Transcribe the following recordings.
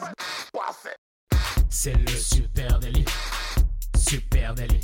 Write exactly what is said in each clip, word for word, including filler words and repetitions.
C'est le Super Daily. Super Daily.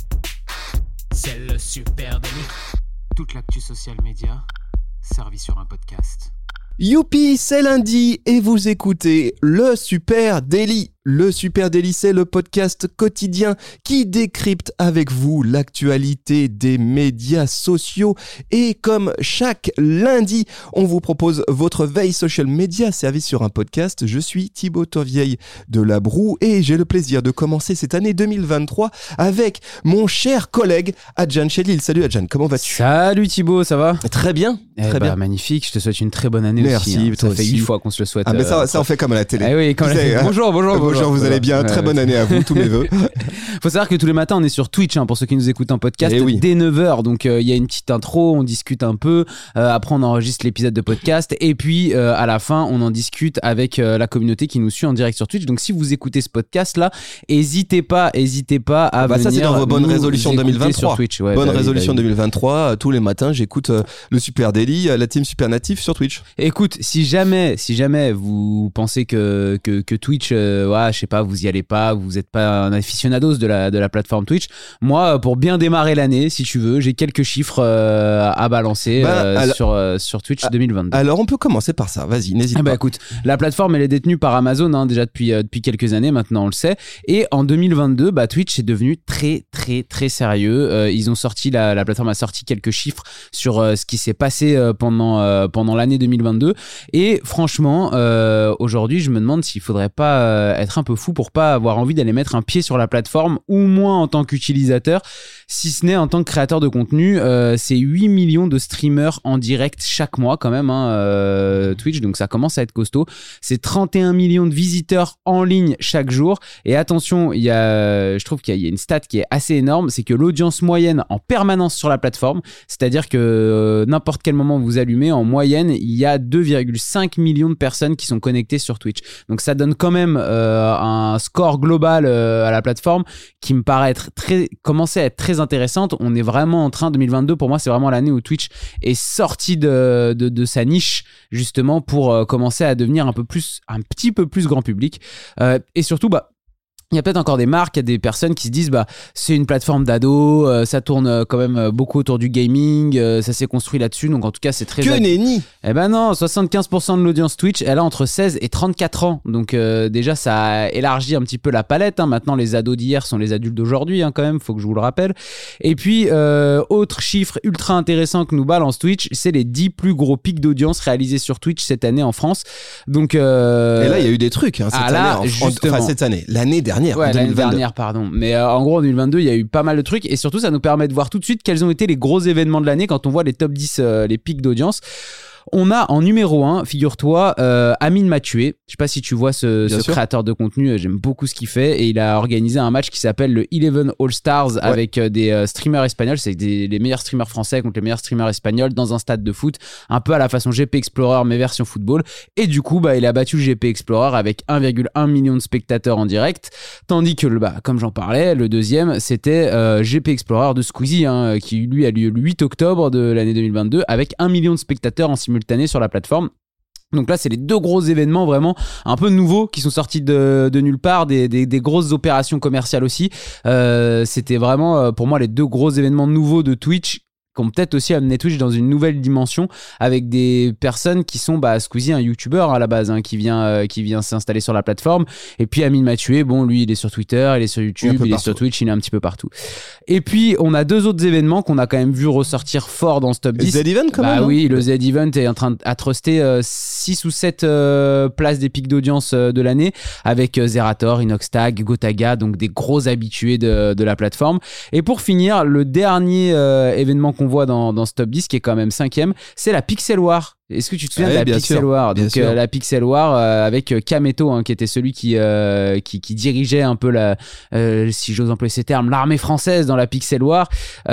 C'est le Super Daily. Toute l'actu social média servie sur un podcast. Youpi, c'est lundi et vous écoutez le Super Daily. Le Super Daily, c'est le podcast quotidien qui décrypte avec vous l'actualité des médias sociaux. Et comme chaque lundi, on vous propose votre veille social media servie sur un podcast. Je suis Thibaut Tourvieille de La Broue et j'ai le plaisir de commencer cette année deux mille vingt-trois avec mon cher collègue Adjan Chelil. Salut Adjan, comment vas-tu ? Salut Thibaut, ça va ? Très bien, eh très bah, bien. Magnifique, je te souhaite une très bonne année. Merci, aussi. Hein. Ça toi fait aussi. huit fois qu'on se le souhaite. Ah mais ça, euh, ça on fait comme à la télé. Eh oui, comme vous la... avez, hein, bonjour, bonjour, bonjour. Bonjour, vous allez bien. Ouais, très ouais, bonne année à vous, tous mes vœux. Faut savoir que tous les matins on est sur Twitch hein, pour ceux qui nous écoutent en podcast eh oui. dès neuf heures. Donc il euh, y a une petite intro, on discute un peu. Euh, après on enregistre l'épisode de podcast et puis euh, à la fin on en discute avec euh, la communauté qui nous suit en direct sur Twitch. Donc si vous écoutez ce podcast là, n'hésitez pas, n'hésitez pas à bah, venir. Ça c'est dans vos bonnes résolutions deux mille vingt-trois. Sur Twitch, ouais, Bonne bah, résolution bah, deux mille vingt-trois. Tous les matins j'écoute euh, le Super Daily, la team Super Natif sur Twitch. Écoute, si jamais, si jamais vous pensez que que, que Twitch, euh, ouais, je sais pas, vous y allez pas, vous êtes pas un aficionados de la de la plateforme Twitch. Moi, pour bien démarrer l'année, si tu veux, j'ai quelques chiffres euh, à balancer bah, euh, alors, sur euh, sur Twitch deux mille vingt-deux. Alors on peut commencer par ça. Vas-y, n'hésite ah bah pas. Écoute, la plateforme elle est détenue par Amazon hein, déjà depuis euh, depuis quelques années maintenant, on le sait. Et en deux mille vingt-deux, bah Twitch est devenu très très très sérieux. Euh, ils ont sorti la la plateforme a sorti quelques chiffres sur euh, ce qui s'est passé euh, pendant euh, pendant l'année deux mille vingt-deux. Et franchement, euh, aujourd'hui, je me demande s'il faudrait pas euh, être un peu fou pour pas avoir envie d'aller mettre un pied sur la plateforme, ou moins en tant qu'utilisateur, si ce n'est en tant que créateur de contenu. Euh, c'est huit millions de streamers en direct chaque mois quand même, hein, euh, Twitch, donc ça commence à être costaud. C'est trente et un millions de visiteurs en ligne chaque jour. Et attention, il y a, je trouve qu'il y a une stat qui est assez énorme, c'est que l'audience moyenne en permanence sur la plateforme, c'est-à-dire que euh, n'importe quel moment vous allumez, en moyenne, il y a deux virgule cinq millions de personnes qui sont connectées sur Twitch. Donc ça donne quand même euh, un score global euh, à la plateforme qui me paraît être très, commencer à être très intéressante. On est vraiment en train, deux mille vingt-deux pour moi c'est vraiment l'année où Twitch est sorti de, de, de sa niche justement pour euh, commencer à devenir un peu plus, un petit peu plus grand public. Euh, et surtout, bah il y a peut-être encore des marques, il y a des personnes qui se disent bah c'est une plateforme d'ado, euh, ça tourne quand même beaucoup autour du gaming, euh, ça s'est construit là-dessus, donc en tout cas c'est très... Que nenni. Eh ben non, soixante-quinze pour cent de l'audience Twitch, elle a entre seize et trente-quatre ans, donc euh, déjà ça a élargi un petit peu la palette, hein. Maintenant les ados d'hier sont les adultes d'aujourd'hui hein, quand même, faut que je vous le rappelle. Et puis euh, autre chiffre ultra intéressant que nous balance Twitch, c'est les dix plus gros pics d'audience réalisés sur Twitch cette année en France. Donc euh... Et là il y a eu des trucs hein, cette, ah, là, année, en, enfin, cette année, l'année dernière. Ouais, l'année dernière, pardon. Mais euh, en gros, en deux mille vingt-deux, il y a eu pas mal de trucs. Et surtout, ça nous permet de voir tout de suite quels ont été les gros événements de l'année quand on voit les top dix, euh, les pics d'audience. On a en numéro un, figure-toi, euh, Amine Mathieu. Je sais pas si tu vois ce, ce créateur de contenu, j'aime beaucoup ce qu'il fait. Et il a organisé un match qui s'appelle le Eleven All Stars ouais. avec euh, des euh, streamers espagnols. C'est des, les meilleurs streamers français contre les meilleurs streamers espagnols dans un stade de foot. Un peu à la façon G P Explorer, mais version football. Et du coup, bah, il a battu le G P Explorer avec un virgule un million de spectateurs en direct. Tandis que, bah, comme j'en parlais, le deuxième, c'était euh, G P Explorer de Squeezie, hein, qui lui a lieu le huit octobre de l'année deux mille vingt-deux avec un million de spectateurs en simultané sur la plateforme. Donc là, c'est les deux gros événements vraiment un peu nouveaux qui sont sortis de, de nulle part, des, des, des grosses opérations commerciales aussi. Euh, c'était vraiment, pour moi, les deux gros événements nouveaux de Twitch qui ont peut-être aussi amené Twitch dans une nouvelle dimension avec des personnes qui sont bah Squeezie, un YouTuber à la base hein, qui vient euh, qui vient s'installer sur la plateforme, et puis Amine Mathieu, bon lui il est sur Twitter, il est sur YouTube, il, il est sur Twitch, il est un petit peu partout. Et puis on a deux autres événements qu'on a quand même vu ressortir fort dans ce top dix. Z-Event quand bah même. Bah oui, le Z-Event est en train de truster euh, six ou sept euh, places des pics d'audience euh, de l'année avec euh, Zerator, Inoxtag, Gotaga, donc des gros habitués de, de la plateforme. Et pour finir, le dernier euh, événement qu'on voit dans, dans ce top dix, qui est quand même cinquième, c'est la Pixel War. Est-ce que tu te souviens ah de la oui, Pixel sûr, War? Donc euh, la Pixel War euh, avec Kameto, hein, qui était celui qui, euh, qui qui dirigeait un peu la, euh, si j'ose employer ces termes, l'armée française dans la Pixel War.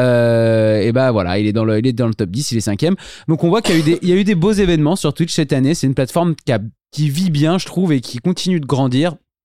Euh, et ben voilà, il est dans le, il est dans le top dix, il est cinquième. Donc on voit qu'il y a eu des, il y a eu des beaux événements sur Twitch cette année. C'est une plateforme qui a, qui vit bien, je trouve, et qui continue de grandir,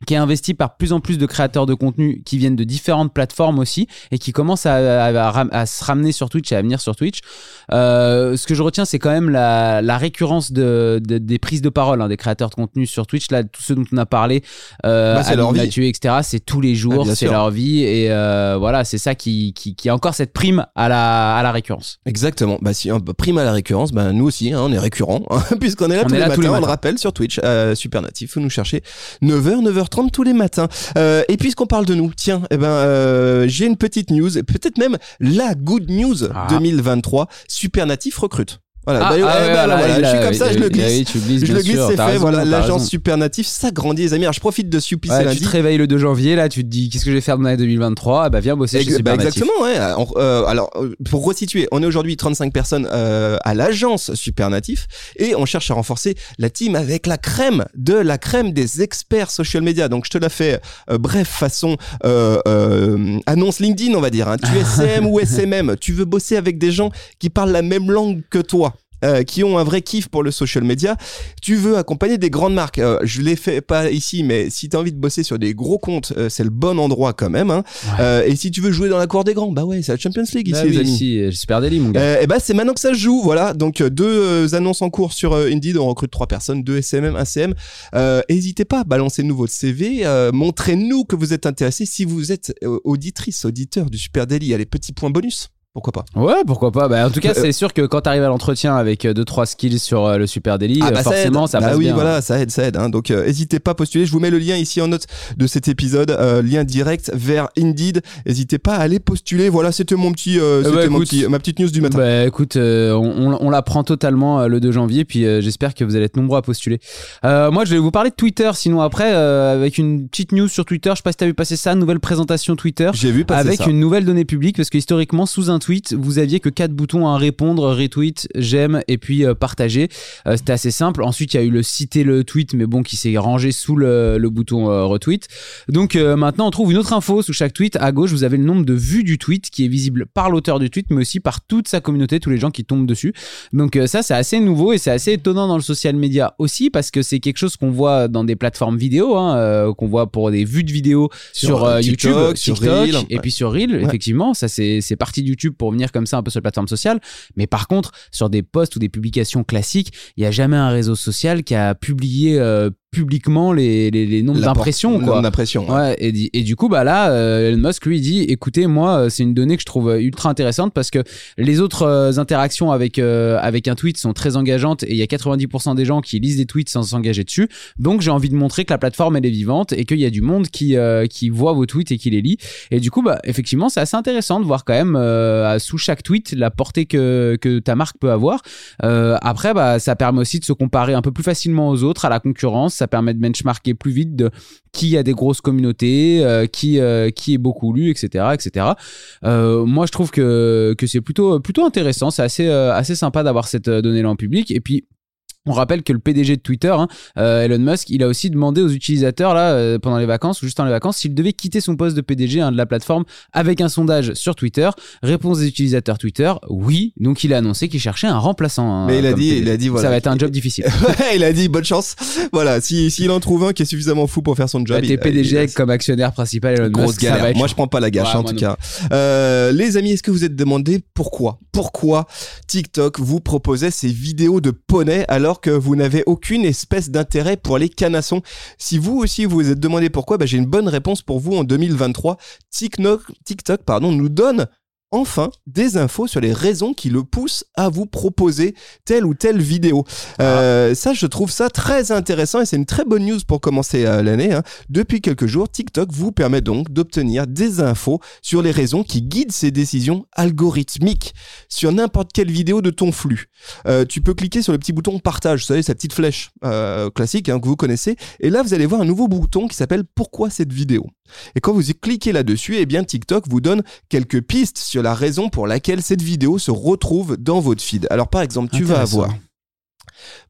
qui est investi par plus en plus de créateurs de contenu qui viennent de différentes plateformes aussi et qui commencent à, à, à, à se ramener sur Twitch et à venir sur Twitch. Euh, ce que je retiens, c'est quand même la, la récurrence de, de, des prises de parole hein, des créateurs de contenu sur Twitch. Là, tous ceux dont on a parlé, euh, bah, c'est leur vie. Mathieu, et cetera, c'est tous les jours, ah, c'est sûr. Leur vie et euh, voilà, c'est ça qui, qui, qui a encore cette prime à la, à la récurrence. Exactement. Bah, si on prime à la récurrence, bah, nous aussi, hein, on est récurrents, hein, puisqu'on est là, on tous, est les là matins, tous les matins. On le rappelle sur Twitch, euh, Super Natif, vous nous cherchez neuf heures, neuf heures trente tous les matins. Euh, et puisqu'on parle de nous, tiens, eh ben, euh, j'ai une petite news, peut-être même la good news ah. deux mille vingt-trois. Super Natif recrute. Voilà, ah, bah, ah, eh ouais, ben, voilà, voilà, il je suis a, comme ça, il, je le il, glisse. il, tu glisses, je le glisse, sûr, c'est fait. Raison, Voilà, l'agence raison. Super Natif s'agrandit, les amis. Alors, je profite de Supi, ouais, c'est tu lundi. te réveilles le deux janvier, là, tu te dis, qu'est-ce que je vais faire dans l'année deux mille vingt-trois? Bah, viens bosser Ex- chez Super bah, Natif. Exactement, ouais. On, euh, alors, pour resituer, on est aujourd'hui trente-cinq personnes euh, à l'agence Super Natif et on cherche à renforcer la team avec la crème de la crème des experts social media. Donc, je te la fais euh, bref, façon euh, euh, annonce LinkedIn, on va dire. Hein. Tu es S M ou S M M, tu veux bosser avec des gens qui parlent la même langue que toi. Euh, qui ont un vrai kiff pour le social media. Tu veux accompagner des grandes marques. Euh, je les fais pas ici, mais si tu as envie de bosser sur des gros comptes, euh, c'est le bon endroit quand même. Hein. Ouais. Euh, et si tu veux jouer dans la cour des grands, bah ouais, c'est la Champions League bah ici, oui, les amis. Ici, Super Daily, mon gars. Euh, et bah c'est maintenant que ça se joue. Voilà, donc deux euh, annonces en cours sur euh, Indeed. On recrute trois personnes, deux S M M, un C M. Euh, N'hésitez pas, balancez-nous votre C V, euh, montrez-nous que vous êtes intéressé. Si vous êtes euh, auditrice, auditeur du Super Daily, il y a les petits points bonus. Pourquoi pas? Ouais, pourquoi pas. Bah, en tout cas, c'est sûr que quand tu arrives à l'entretien avec deux trois skills sur euh, le Super Daily, ah bah forcément, ça, ça passe bah oui, bien. Voilà, hein. ça aide, ça aide. Hein. Donc, n'hésitez euh, pas à postuler. Je vous mets le lien ici en note de cet épisode, euh, lien direct vers Indeed. N'hésitez pas à aller postuler. Voilà, c'était mon petit, euh, c'était bah, mon écoute, petit, ma petite news du matin. Bah écoute, euh, on, on, on la prend totalement euh, le deux janvier, puis euh, j'espère que vous allez être nombreux à postuler. Euh, moi, je vais vous parler de Twitter, sinon après, euh, avec une petite news sur Twitter. Je sais pas si t'as vu passer ça, nouvelle présentation Twitter. J'ai vu passer avec ça. Avec une nouvelle donnée publique, parce que historiquement, sous un tweet, vous aviez que quatre boutons à répondre, retweet, j'aime et puis euh, partager. Euh, c'était assez simple. Ensuite, il y a eu le citer le tweet, mais bon, qui s'est rangé sous le, le bouton euh, retweet. Donc euh, maintenant, on trouve une autre info sous chaque tweet. À gauche, vous avez le nombre de vues du tweet qui est visible par l'auteur du tweet, mais aussi par toute sa communauté, tous les gens qui tombent dessus. Donc euh, ça, c'est assez nouveau et c'est assez étonnant dans le social media aussi, parce que c'est quelque chose qu'on voit dans des plateformes vidéo, hein, euh, qu'on voit pour des vues de vidéos sur, sur euh, TikTok, YouTube, sur TikTok, Reel, et ouais. puis sur Reel, ouais. Effectivement, ça c'est, c'est parti de YouTube pour venir comme ça un peu sur la plateforme sociale. Mais par contre, sur des posts ou des publications classiques, il n'y a jamais un réseau social qui a publié euh, publiquement les, les, les nombres la d'impressions. Por- quoi. Le nombre d'impressions. Ouais. Ouais, et, et du coup, bah là, euh, Elon Musk lui dit, écoutez, moi, c'est une donnée que je trouve ultra intéressante parce que les autres euh, interactions avec, euh, avec un tweet sont très engageantes et il y a quatre-vingt-dix pour cent des gens qui lisent des tweets sans s'engager dessus. Donc, j'ai envie de montrer que la plateforme, elle est vivante et qu'il y a du monde qui, euh, qui voit vos tweets et qui les lit. Et du coup, bah, effectivement, c'est assez intéressant de voir quand même euh, sous chaque tweet la portée que, que ta marque peut avoir. Euh, après, bah, ça permet aussi de se comparer un peu plus facilement aux autres, à la concurrence. Ça permet de benchmarker plus vite de qui a des grosses communautés, euh, qui, euh, qui est beaucoup lu, et cetera, et cetera. Euh, moi, je trouve que, que c'est plutôt, plutôt intéressant. C'est assez, euh, assez sympa d'avoir cette donnée-là en public. Et puis, on rappelle que le P D G de Twitter, hein, euh, Elon Musk, il a aussi demandé aux utilisateurs là euh, pendant les vacances ou juste dans les vacances s'il devait quitter son poste de P D G hein, de la plateforme avec un sondage sur Twitter. Réponse des utilisateurs Twitter, oui. Donc il a annoncé qu'il cherchait un remplaçant. Hein, Mais il a dit, P D G. il a dit voilà. Ça va être un job difficile. Ouais, il a dit bonne chance. Voilà, si s'il en trouve un qui est suffisamment fou pour faire son job. Bah, t'es P D G il, il, comme actionnaire principal Elon grosse Musk. Galère. Ça va être... Moi je prends pas la gâche ouais, en tout non. cas. Euh, les amis, est-ce que vous êtes demandé pourquoi, pourquoi TikTok vous proposait ces vidéos de poney alors que vous n'avez aucune espèce d'intérêt pour les canassons? Si vous aussi vous vous êtes demandé pourquoi, bah, j'ai une bonne réponse pour vous en deux mille vingt-trois. TikTok, TikTok pardon, nous donne enfin des infos sur les raisons qui le poussent à vous proposer telle ou telle vidéo. Ah. Euh, ça, je trouve ça très intéressant et c'est une très bonne news pour commencer euh, l'année. Hein. Depuis quelques jours, TikTok vous permet donc d'obtenir des infos sur les raisons qui guident ces décisions algorithmiques sur n'importe quelle vidéo de ton flux. Euh, tu peux cliquer sur le petit bouton partage, vous savez, cette petite flèche euh, classique hein, que vous connaissez. Et là, vous allez voir un nouveau bouton qui s'appelle « Pourquoi cette vidéo ?» Et quand vous cliquez là-dessus, eh bien TikTok vous donne quelques pistes sur la raison pour laquelle cette vidéo se retrouve dans votre feed. Alors par exemple, tu vas avoir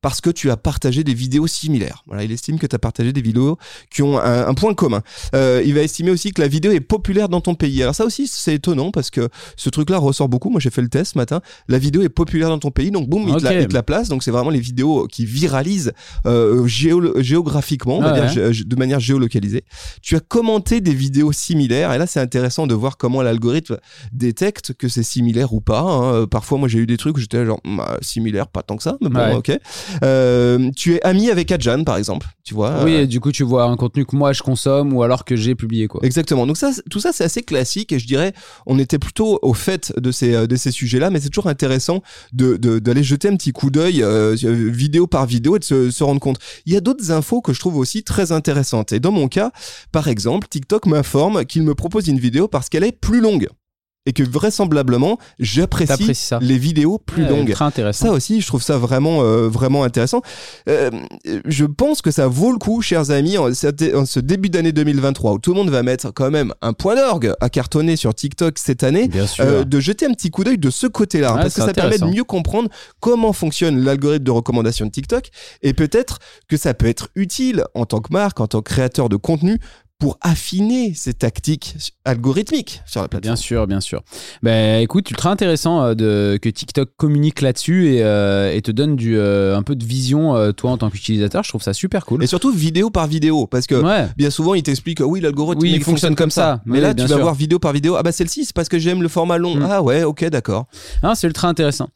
parce que tu as partagé des vidéos similaires. Voilà, il estime que tu as partagé des vidéos qui ont un, un point commun. Euh, il va estimer aussi que la vidéo est populaire dans ton pays. Alors ça aussi, c'est étonnant parce que ce truc-là ressort beaucoup. Moi, j'ai fait le test ce matin. La vidéo est populaire dans ton pays, donc boum, okay. il, te la, il te la place. Donc c'est vraiment les vidéos qui viralisent euh, géo- géographiquement, on va ah, dire, ouais. gé- de manière géolocalisée. Tu as commenté des vidéos similaires et là, c'est intéressant de voir comment l'algorithme détecte que c'est similaire ou pas. Hein. Parfois, moi, j'ai eu des trucs où j'étais genre bah, similaire, pas tant que ça, mais bon, ouais. ok. Euh, tu es ami avec Adjan, par exemple, tu vois. Oui, euh... et du coup, tu vois un contenu que moi je consomme ou alors que j'ai publié, quoi. Exactement. Donc ça, tout ça, c'est assez classique et je dirais, on était plutôt au fait de ces de ces sujets-là, mais c'est toujours intéressant de, de d'aller jeter un petit coup d'œil euh, vidéo par vidéo et de se, se rendre compte. Il y a d'autres infos que je trouve aussi très intéressantes. Et dans mon cas, par exemple, TikTok m'informe qu'il me propose une vidéo parce qu'elle est plus longue. Et que vraisemblablement, j'apprécie ça. les vidéos plus ouais, longues. Très intéressant. Ça aussi, je trouve ça vraiment, euh, vraiment intéressant. Euh, je pense que ça vaut le coup, chers amis, en, en ce début d'année deux mille vingt-trois, où tout le monde va mettre quand même un point d'orgue à cartonner sur TikTok cette année, euh, de jeter un petit coup d'œil de ce côté-là. Ouais, parce que ça permet de mieux comprendre comment fonctionne l'algorithme de recommandation de TikTok. Et peut-être que ça peut être utile en tant que marque, en tant que créateur de contenu, pour affiner ces tactiques algorithmiques sur la plateforme. Bien sûr, bien sûr. Ben, écoute, ultra intéressant euh, de, que TikTok communique là-dessus et, euh, et te donne du, euh, un peu de vision, euh, toi, en tant qu'utilisateur. Je trouve ça super cool. Et surtout, vidéo par vidéo. Parce que ouais. bien souvent, il t'explique, oui, l'algorithme oui, il fonctionne, fonctionne comme ça. ça. Mais oui, là, tu vas sûr. voir vidéo par vidéo. Ah bah celle-ci, c'est parce que j'aime le format long. Mm. Ah ouais, ok, d'accord. Ah, c'est ultra intéressant.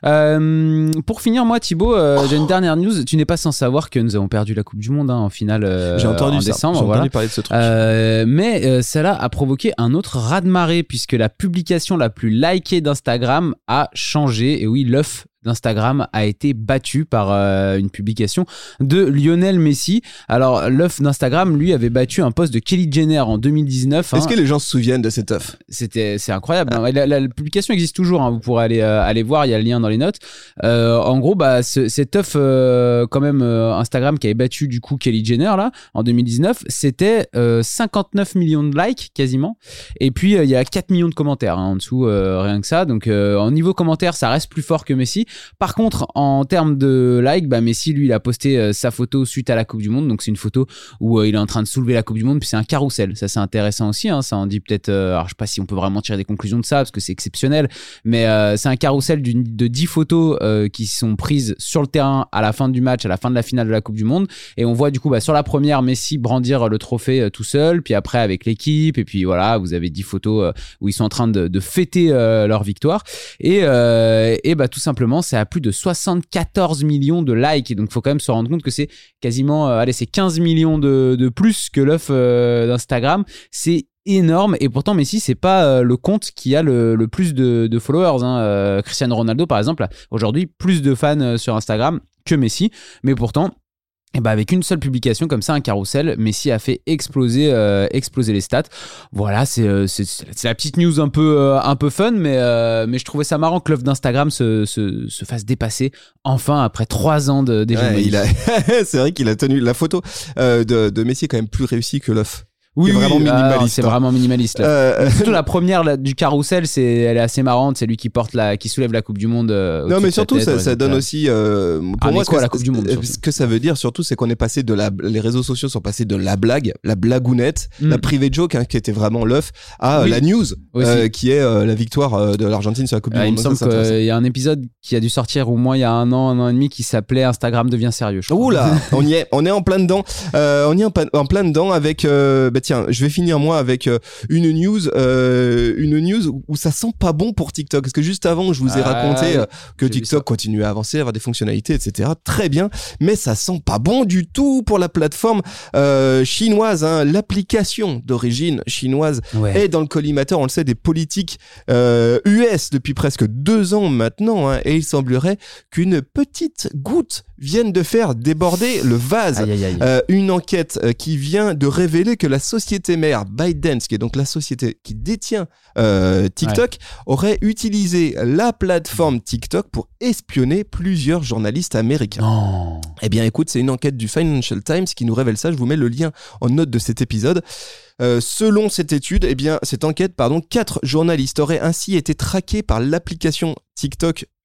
Euh, pour finir, moi, Thibaut, euh, oh. j'ai une dernière news. Tu n'es pas sans savoir que nous avons perdu la Coupe du Monde hein, en finale euh, j'ai entendu en ça. décembre. J'ai voilà. entendu parler de ce truc. Euh, mais euh, cela a provoqué un autre raz-de-marée puisque la publication la plus likée d'Instagram a changé. Et oui, l'œuf d'Instagram a été battu par euh, une publication de Lionel Messi. Alors, l'œuf d'Instagram, lui, avait battu un post de Kylie Jenner en deux mille dix-neuf. Est-ce hein. que les gens se souviennent de cet œuf ? C'était, c'est incroyable. Ah. Hein. La, la, la publication existe toujours. Hein. Vous pourrez aller, euh, aller voir. Il y a le lien dans les notes. Euh, en gros, bah, ce, cet œuf, euh, quand même, euh, Instagram qui avait battu du coup Kylie Jenner là en deux mille dix-neuf, c'était euh, cinquante-neuf millions de likes quasiment. Et puis il euh, y a quatre millions de commentaires hein, en dessous, euh, rien que ça. Donc, euh, en niveau commentaires, ça reste plus fort que Messi. Par contre, en termes de likes, bah Messi, lui, il a posté euh, sa photo suite à la Coupe du Monde. Donc, c'est une photo où euh, il est en train de soulever la Coupe du Monde. Puis c'est un carrousel. Ça, c'est intéressant aussi. Hein. Ça en dit peut-être. Euh, alors, je sais pas si on peut vraiment tirer des conclusions de ça parce que c'est exceptionnel. Mais euh, c'est un carrousel d'une, de dix photos euh, qui sont prises sur le terrain à la fin du match, à la fin de la finale de la Coupe du Monde. Et on voit du coup, bah, sur la première, Messi brandir le trophée euh, tout seul. Puis après, avec l'équipe. Et puis voilà, vous avez dix photos euh, où ils sont en train de, de fêter euh, leur victoire. Et, euh, et bah, tout simplement, c'est à plus de soixante-quatorze millions de likes. Et donc, il faut quand même se rendre compte que c'est quasiment, euh, allez, c'est quinze millions de, de plus que l'œuf euh, d'Instagram. C'est énorme. Et pourtant, Messi, c'est pas euh, le compte qui a le, le plus de, de followers. Hein. Euh, Cristiano Ronaldo, par exemple, a aujourd'hui plus de fans euh, sur Instagram que Messi. Mais pourtant, et bah avec une seule publication comme ça, un carrousel, Messi a fait exploser, euh, exploser les stats. Voilà, c'est, euh, c'est, c'est la petite news un peu, euh, un peu fun, mais, euh, mais je trouvais ça marrant que l'œuf d'Instagram se, se, se fasse dépasser enfin après trois ans de d'hégémonie. Ouais, c'est vrai qu'il a tenu la photo euh, de, de Messi est quand même plus réussie que l'œuf. Oui, c'est vraiment oui, minimaliste. Ah, c'est hein. vraiment minimaliste. Là. Euh, surtout la première là, du carrousel, c'est, elle est assez marrante. C'est lui qui porte la, qui soulève la Coupe du Monde. Euh, non, mais surtout, ça, ça donne aussi. Euh, pour ah, moi, quoi, ce, la Coupe du Monde. Ce, ce que ça veut dire, surtout, c'est qu'on est passé de la. Les réseaux sociaux sont passés de la blague, la blagounette, mm. la private joke, hein, qui était vraiment l'œuf, à oui. la news, euh, qui est euh, la victoire euh, de l'Argentine sur la Coupe ah, du il Monde. Il me semble qu'il y a un épisode qui a dû sortir au moins il y a un an, un an et demi, qui s'appelait Instagram devient sérieux. Ouh là, on y est, on est en plein dedans. Euh, on y est en, en plein dedans avec. Euh, bah tiens, je vais finir moi avec euh, une news, euh, une news où ça sent pas bon pour TikTok. Parce que juste avant, je vous ai ah, raconté euh, que TikTok continuait à avancer, à avoir des fonctionnalités, et cetera. Très bien, mais ça sent pas bon du tout pour la plateforme euh, chinoise. Hein. L'application d'origine chinoise ouais. est dans le collimateur, on le sait, des politiques euh, U S depuis presque deux ans maintenant. Hein, et il semblerait qu'une petite goutte vienne de faire déborder le vase. Aïe, aïe, aïe. Euh, une enquête euh, qui vient de révéler que la société mère ByteDance, qui est donc la société qui détient euh, TikTok, ouais. aurait utilisé la plateforme TikTok pour espionner plusieurs journalistes américains. Non. Eh bien, écoute, c'est une enquête du Financial Times qui nous révèle ça. Je vous mets le lien en note de cet épisode. Euh, selon cette étude, eh bien, cette enquête, pardon, quatre journalistes auraient ainsi été traqués par l'application TikTok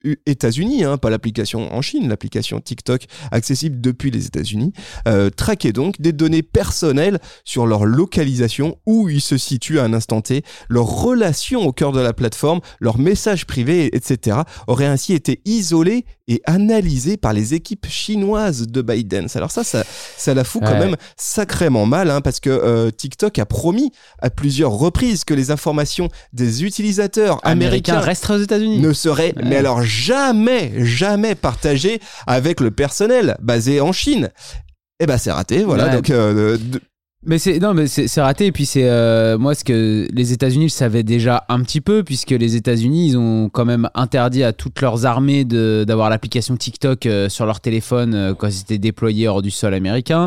États-Unis, hein, pas l'application en Chine, l'application TikTok accessible depuis les États-Unis, euh, traquaient donc des données personnelles sur leur localisation, où ils se situent à un instant T, leur relation au cœur de la plateforme, leurs messages privés, et cetera, auraient ainsi été isolés et analysés par les équipes chinoises de ByteDance. Alors ça, ça, ça la fout quand ouais. même sacrément mal, hein, parce que euh, TikTok a promis à plusieurs reprises que les informations des utilisateurs américains, américains resteraient aux États-Unis. Ne seraient, ouais. mais alors jamais, jamais partagées avec le personnel basé en Chine. Eh ben c'est raté, voilà. Ouais. Donc euh, de, Mais c'est non mais c'est, c'est raté et puis c'est euh, moi ce que les États-Unis le savaient déjà un petit peu, puisque les États-Unis ils ont quand même interdit à toutes leurs armées de d'avoir l'application TikTok euh, sur leur téléphone euh, quand ils étaient déployés hors du sol américain.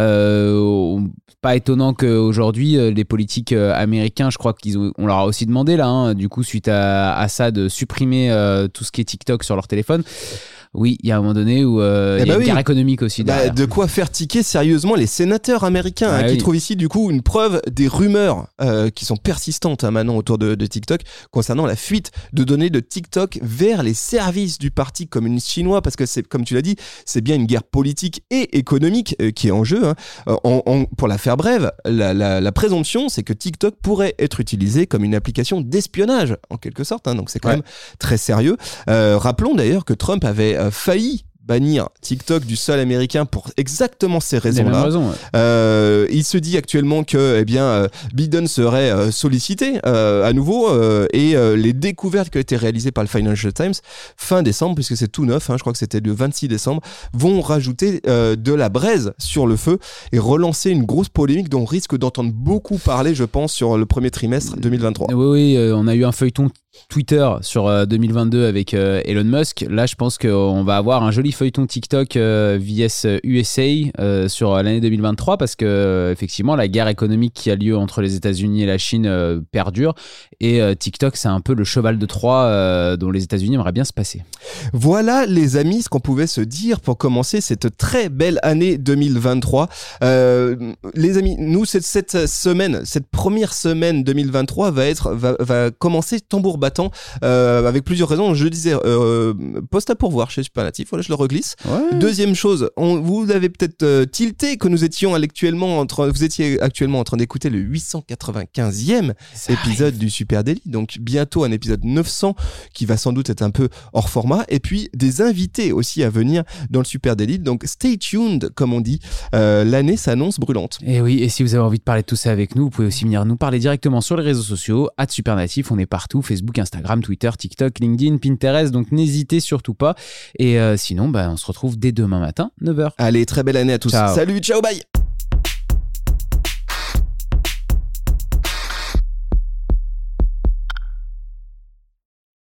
Euh, pas étonnant qu'aujourd'hui euh, les politiques euh, américains, je crois qu'ils ont on leur a aussi demandé là hein, du coup suite à, à ça de supprimer euh, tout ce qui est TikTok sur leur téléphone. Oui, il y a un moment donné où euh, eh il y a bah une oui. guerre économique aussi bah, derrière. de quoi faire tiquer sérieusement les sénateurs américains, ah, hein, oui. qui trouvent ici du coup une preuve des rumeurs euh, qui sont persistantes hein, maintenant autour de, de TikTok concernant la fuite de données de TikTok vers les services du Parti communiste chinois, parce que c'est, comme tu l'as dit, c'est bien une guerre politique et économique euh, qui est en jeu. Hein. Euh, en, en, pour la faire brève, la, la, la présomption, c'est que TikTok pourrait être utilisé comme une application d'espionnage en quelque sorte, hein, donc c'est quand ouais. même très sérieux. Euh, rappelons d'ailleurs que Trump avait euh, failli bannir TikTok du sol américain pour exactement ces raisons-là. Raisons, ouais. euh, il se dit actuellement que eh bien, euh, Biden serait euh, sollicité euh, à nouveau euh, et euh, les découvertes qui ont été réalisées par le Financial Times fin décembre, puisque c'est tout neuf, hein, je crois que c'était le vingt-six décembre, vont rajouter euh, de la braise sur le feu et relancer une grosse polémique dont on risque d'entendre beaucoup parler, je pense, sur le premier trimestre deux mille vingt-trois. Oui, oui, euh, on a eu un feuilleton Twitter sur euh, deux mille vingt-deux avec euh, Elon Musk. Là, je pense qu'on va avoir un joli feuilleton TikTok euh, vs U S A euh, sur l'année deux mille vingt-trois, parce que euh, effectivement, la guerre économique qui a lieu entre les États-Unis et la Chine euh, perdure, et euh, TikTok, c'est un peu le cheval de Troie euh, dont les États-Unis aimeraient bien se passer. Voilà, les amis, ce qu'on pouvait se dire pour commencer cette très belle année deux mille vingt-trois. Euh, les amis, nous, cette, cette semaine, cette première semaine deux mille vingt-trois va être, va, va commencer tambour battant euh, avec plusieurs raisons. Je disais euh, poste à pourvoir chez Supernatif, voilà, je le reglisse. Ouais. Deuxième chose, on, vous avez peut-être euh, tilté que nous étions actuellement en train, vous étiez actuellement en train d'écouter le huit cent quatre-vingt-quinzième Ça épisode arrive. Du Super Daily, donc bientôt un épisode neuf cents qui va sans doute être un peu hors format, et puis des invités aussi à venir dans le Super Daily, donc stay tuned comme on dit, euh, l'année s'annonce brûlante. Et oui, et si vous avez envie de parler de tout ça avec nous, vous pouvez aussi venir nous parler directement sur les réseaux sociaux, arobase Supernatif, on est partout, Facebook, Instagram, Twitter, TikTok, LinkedIn, Pinterest, donc n'hésitez surtout pas. Et euh, sinon, bah, on se retrouve dès demain matin, neuf heures. Allez, très belle année à tous. Ciao. Salut, ciao, bye.